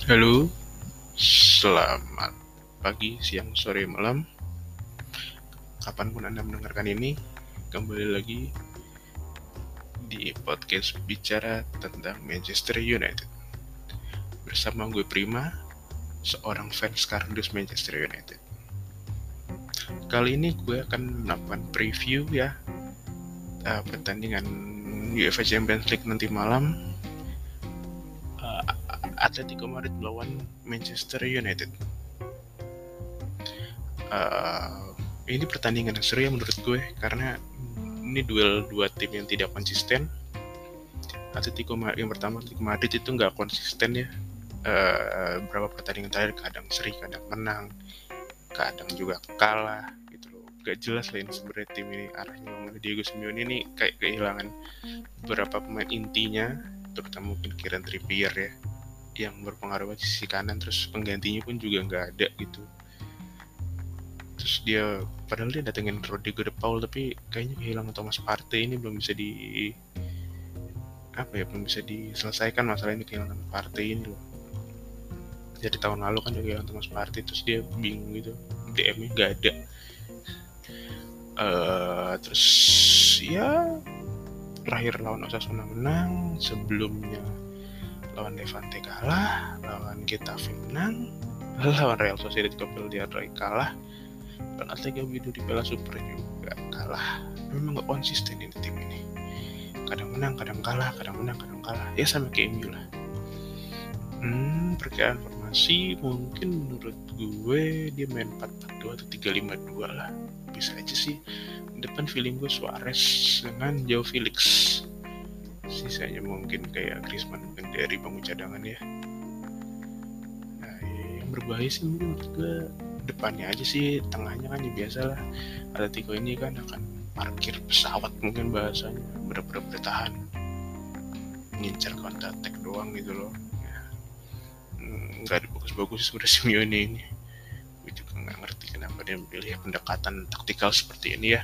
Halo, selamat pagi, siang, sore, malam. Kapanpun Anda mendengarkan ini, kembali lagi di podcast bicara tentang Manchester United. Bersama gue Prima, seorang fans kardus Manchester United. Kali ini gue akan melakukan preview ya pertandingan UEFA Champions League nanti malam. Atletico Madrid melawan Manchester United. Ini pertandingan yang seru ya menurut gue, karena ini duel dua tim yang tidak konsisten. Atletico Madrid itu nggak konsisten ya. Berapa pertandingan terakhir kadang seri, kadang menang, kadang juga kalah gitu loh. Gak jelas lah ini sebenarnya tim ini arahnya. Diego Simeone ini kayak kehilangan beberapa pemain intinya, terutama mungkin Kieran Trippier ya, yang berpengaruh di sisi kanan. Terus penggantinya pun juga nggak ada gitu. Terus padahal dia datengin Rodrigo de Paul, tapi kayaknya kehilangan Thomas Partey. Ini belum bisa diselesaikan masalah ini, kehilangan Partey ini loh. Jadi tahun lalu kan dia kehilangan Thomas Partey, terus dia bingung gitu, DM-nya nggak ada. Terus ya terakhir lawan Osasuna menang, sebelumnya lawan Levante kalah, lawan Getafe menang, lawan Real Sociedad Copa del Rey kalah, dan Atletico Bilbao di Piala Super juga kalah. Memang nggak konsisten ini tim ini. Kadang menang, kadang kalah, kadang menang, kadang kalah. Ya sama kayak MU lah. Perkiraan formasi mungkin menurut gue dia main 4-4-2 atau 3-5-2 lah. Bisa aja sih. Depan feeling gue Suarez dengan Joao Felix. Sisanya mungkin kayak Griezmann mungkin dari bangku cadangan ya. Nah, yang berbahaya sih menurut gue depannya aja sih, tengahnya kan ya biasa lah. Atletico ini kan akan parkir pesawat mungkin bahasanya, bener-bener bertahan, ngincar counter attack doang gitu loh. Nggak ada bagus-bagus sebenarnya Simeone ini. Gue juga nggak ngerti kenapa dia memilih pendekatan taktikal seperti ini ya.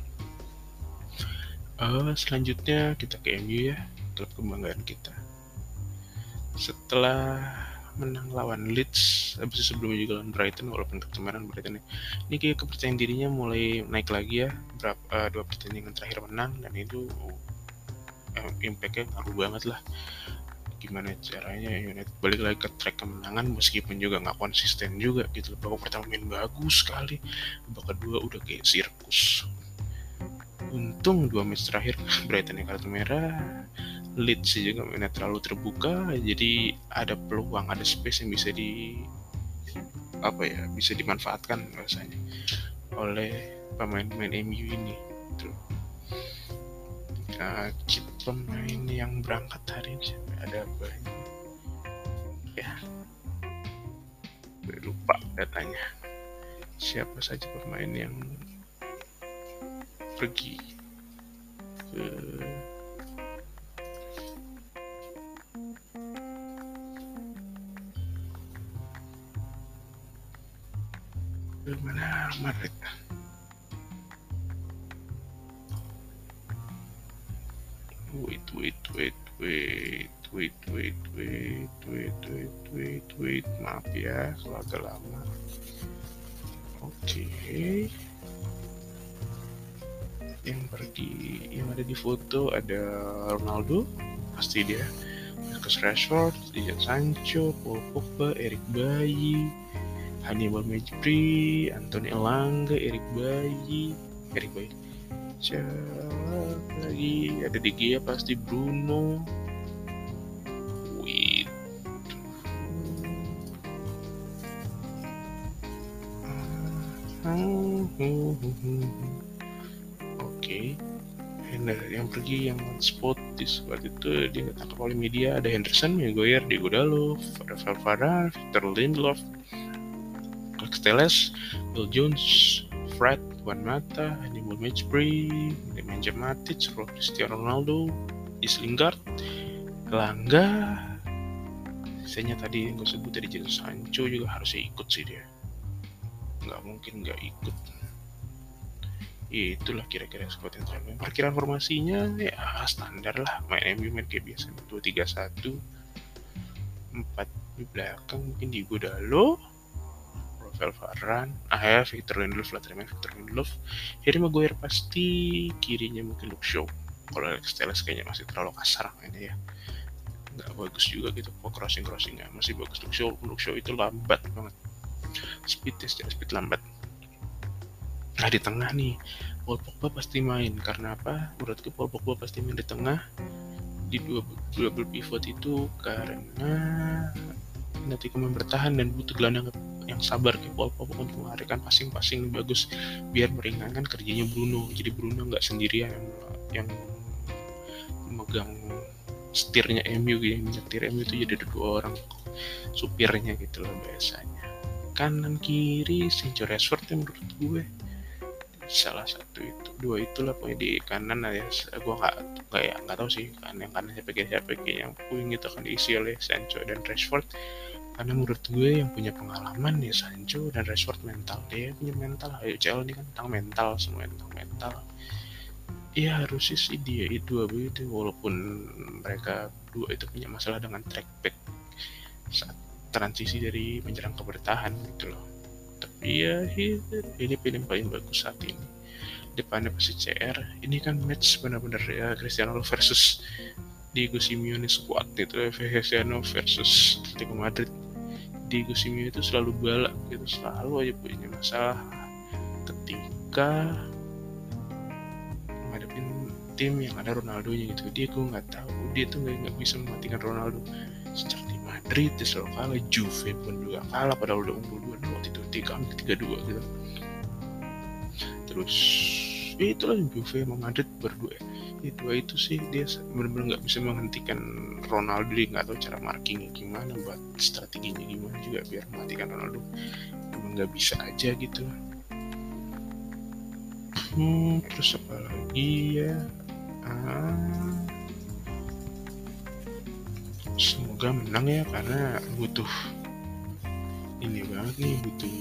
Selanjutnya kita ke MU ya, klub kebanggaan kita. Setelah menang lawan Leeds, habis itu sebelumnya juga lawan Brighton, walaupun kemarin Brighton ini kayak kepercayaan dirinya mulai naik lagi ya. Dua pertandingan terakhir menang, dan itu impactnya ngaruh banget lah. Gimana caranya United balik lagi ke track kemenangan, meskipun juga nggak konsisten juga gitu. Babak pertama main bagus sekali, babak kedua udah kayak sirkus. Untung 2 match terakhir Brighton yang kartu merah, Leeds juga mainnya terlalu terbuka, jadi ada peluang, ada space yang bisa dimanfaatkan rasanya oleh pemain-pemain MU ini gitu. Pemain yang berangkat hari ini ada banyak ya, gue lupa datanya siapa saja pemain yang pergi ke mana Madrid. Wait, maaf ya kalau agak lama. Oke. Yang pergi, yang ada di foto ada Ronaldo, pasti dia, Marcus Rashford, Jadon Sancho, Paul Pogba, Eric Bailly, Hannibal Mejbri, Anthony Elanga, Eric Bailly. Siapa lagi? Ada De Gea pasti, Bruno. Oke. Yang pergi, yang spot di squad itu dia ditangkap oleh media. Ada Henderson, Maguire, Diego Dalot, Rafael Varane, Victor Lindelof, Alex Telles, Bill Jones, Fred, Juan Mata, Hannibal Mejbri, Nemanja Matic, Cristiano Ronaldo, Jesse Lingard, Elanga. Sisanya tadi yang gue sebut dari Jadon Sancho juga harusnya ikut sih dia. Nggak mungkin nggak ikut. Itulah kira-kira squad yang terakhir. Perkiraan formasinya ya standar lah, main MU main kayak biasa, 2-3-1, Di belakang mungkin di Godalo, Rafael Varane, Victor Lindelof, Victor Lindelof. Harry Maguire pasti, kirinya mungkin Luke Shaw. Kalau Alex Telles kayaknya masih terlalu kasar mainnya ya, nggak bagus juga gitu. Crossingnya masih bagus. Luke Shaw itu lambat banget, speed lambat. Nah di tengah nih Paul Pogba pasti main. Karena apa? Menurutku Paul Pogba pasti main di tengah di double pivot itu karena nanti kemarin bertahan dan butuh gelandang yang sabar kayak Paul Pogba untuk melarikan passing bagus biar meringankan kerjanya Bruno. Jadi Bruno nggak sendirian yang megang setirnya MU gitu, yang menyetir MU itu jadi ada 2 orang supirnya gitu loh biasanya. Kanan kiri Sancho Rashford yang menurut gue salah satu itu, 2 itulah pokoknya di kanan ya. Gue nggak tahu sih kan yang kanan siapa yang wing itu akan diisi oleh Sancho dan Rashford, karena menurut gue yang punya pengalaman ya Sancho dan Rashford. Dia punya mental. UCL ini kan tentang mental, semua tentang mental. Iya harusnya sih dia itu walaupun mereka 2 itu punya masalah dengan track back saat transisi dari menyerang ke bertahan gitu loh. Tapi ya ini pilihan paling bagus saat ini. Depannya pasti CR. Ini kan match benar-benar ya Cristiano versus Diego Simeone squad itu. Cristiano versus Atletico Madrid. Diego Simeone itu selalu balak gitu, selalu aja punya masalah ketika ngadepin tim yang ada Ronaldo-nya gitu. Gue nggak tahu, dia tuh nggak bisa mematikan Ronaldo. Sejak di Madrid dia selalu kalah, Juve pun juga kalah padahal udah unggul 2-0 waktu itu, 3-2 gitu. Terus itulah Juve sama Madrid berdua. Dua itu sih dia benar-benar nggak bisa menghentikan Ronaldo. Dia nggak tahu cara markingnya gimana, buat strateginya gimana juga biar mematikan Ronaldo. Emang nggak bisa aja gitu. Terus apa lagi ya? Semoga menang ya, karena butuh ini banget nih, butuh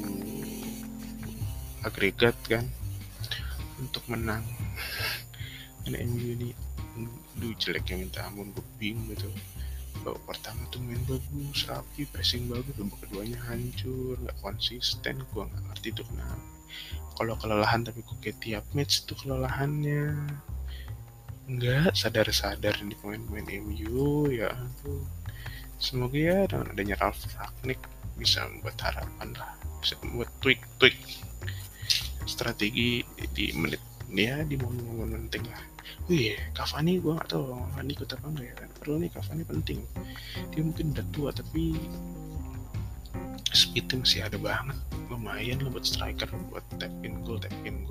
agregat kan untuk menang. Karena MU ini jeleknya minta ampun, gue bingung gitu. Babak pertama tuh main bagus, rapi, pressing bagus. Babak keduanya hancur, nggak konsisten. Gue nggak ngerti tuh kenapa. Kalau kelelahan tapi kok kayak tiap match tuh kelelahannya. Nggak sadar di pemain-pemain MU ya ampun. Semoga ya dengan adanya Ralf Rangnick bisa membuat harapan lah, bisa membuat tweak strategi di menit ya, di momen-momen penting lah. Cavani gue nggak tahu Cavani ikut apa enggak ya kan. Perlu nih Cavani penting. Dia mungkin udah tua tapi speednya masih ada banget, lumayan lah buat striker, buat tap in goal.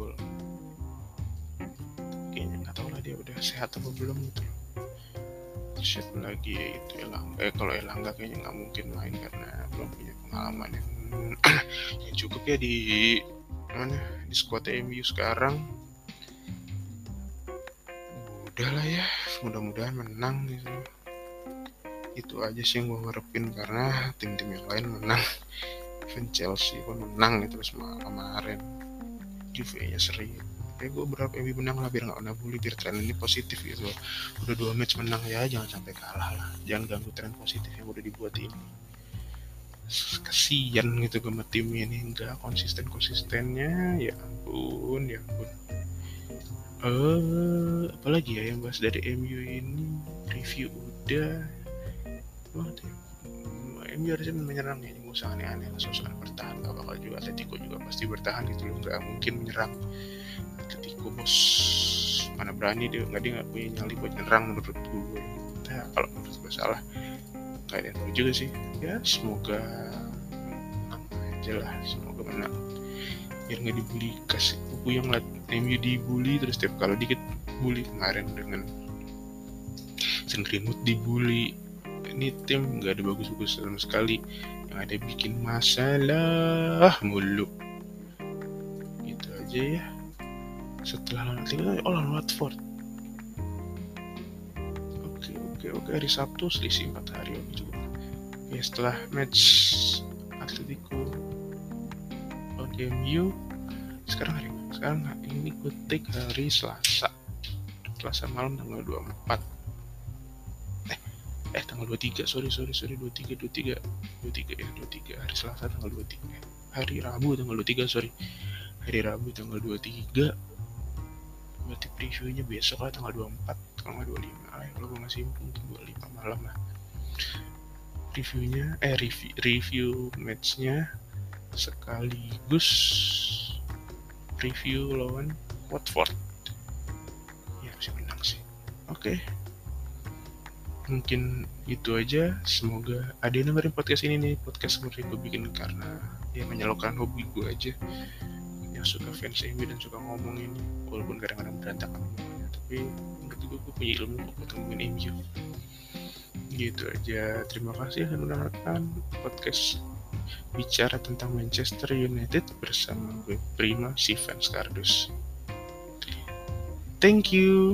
Kayaknya nggak tahu lah dia udah sehat apa belum gitu. Siapa lagi ya itu kalau Elanga kayaknya nggak mungkin main karena belum punya pengalaman yang cukup ya di squad MU sekarang. Udahlah ya, mudah-mudahan menang gitu. Itu aja sih yang gue ngarepin, karena tim-tim yang lain menang. Even Chelsea pun menang itu kemarin. Juve-nya seri. Gue berharap MU menang lah biar nggak kena bully, biar tren ini positif gitu. Udah 2 match menang ya, jangan sampai kalah lah. Jangan ganggu tren positif yang udah dibuat ini. Kasian gitu sama tim ini, nggak konsistennya. Ya ampun. Apalagi ya yang bahas dari MU ini, review udah. MU harusnya menyerang ya, nggak usah aneh-aneh lah, soal bertahan. Gak bakal juga, Atletico juga pasti bertahan gitu loh, nggak mungkin menyerang. Atletico bos mana berani, dia nggak punya nyali buat nyerang menurut gue. Nah, kalau menurut gue salah, nggak ada yang tahu juga sih ya. Semoga menang aja lah, semoga menang biar nggak dibully. Kasih buku yang MU dibully terus tiap kalau dikit bully. Kemarin dengan Greenwood dibully. Ini tim nggak ada bagus-bagus sama sekali, yang ada bikin masalah mulu. Gitu aja ya. Setelah lawan Watford. Oke, hari Sabtu selisih 4 hari juga. Oke, setelah match Atletico lawan MU, sekarang ini kutik hari Selasa malam tanggal 24. tanggal 23, sorry 23 hari Selasa tanggal 23, hari Rabu tanggal 23, sorry hari Rabu tanggal 23, berarti previewnya besok lah tanggal 24 kalau nggak 25 lah, kalau gue masih 25 malam lah reviewnya, review matchnya sekaligus review lawan Watford. Ya harusnya menang sih. Oke. Mungkin itu aja. Semoga ada yang dengerin podcast ini nih. Podcast seperti gue bikin karena ya menyalurkan hobi gue aja. Yang suka fans MU dan suka ngomong ini. Walaupun kadang-kadang berantakan ngomongnya. Tapi menurut gue punya ilmu untuk ngomongin MU. Gitu aja. Terima kasih sudah mendengarkan podcast bicara tentang Manchester United bersama gue Prima si fans kardus. Thank you.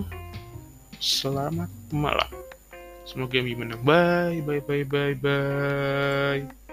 Selamat malam. Semoga MU menang. Bye.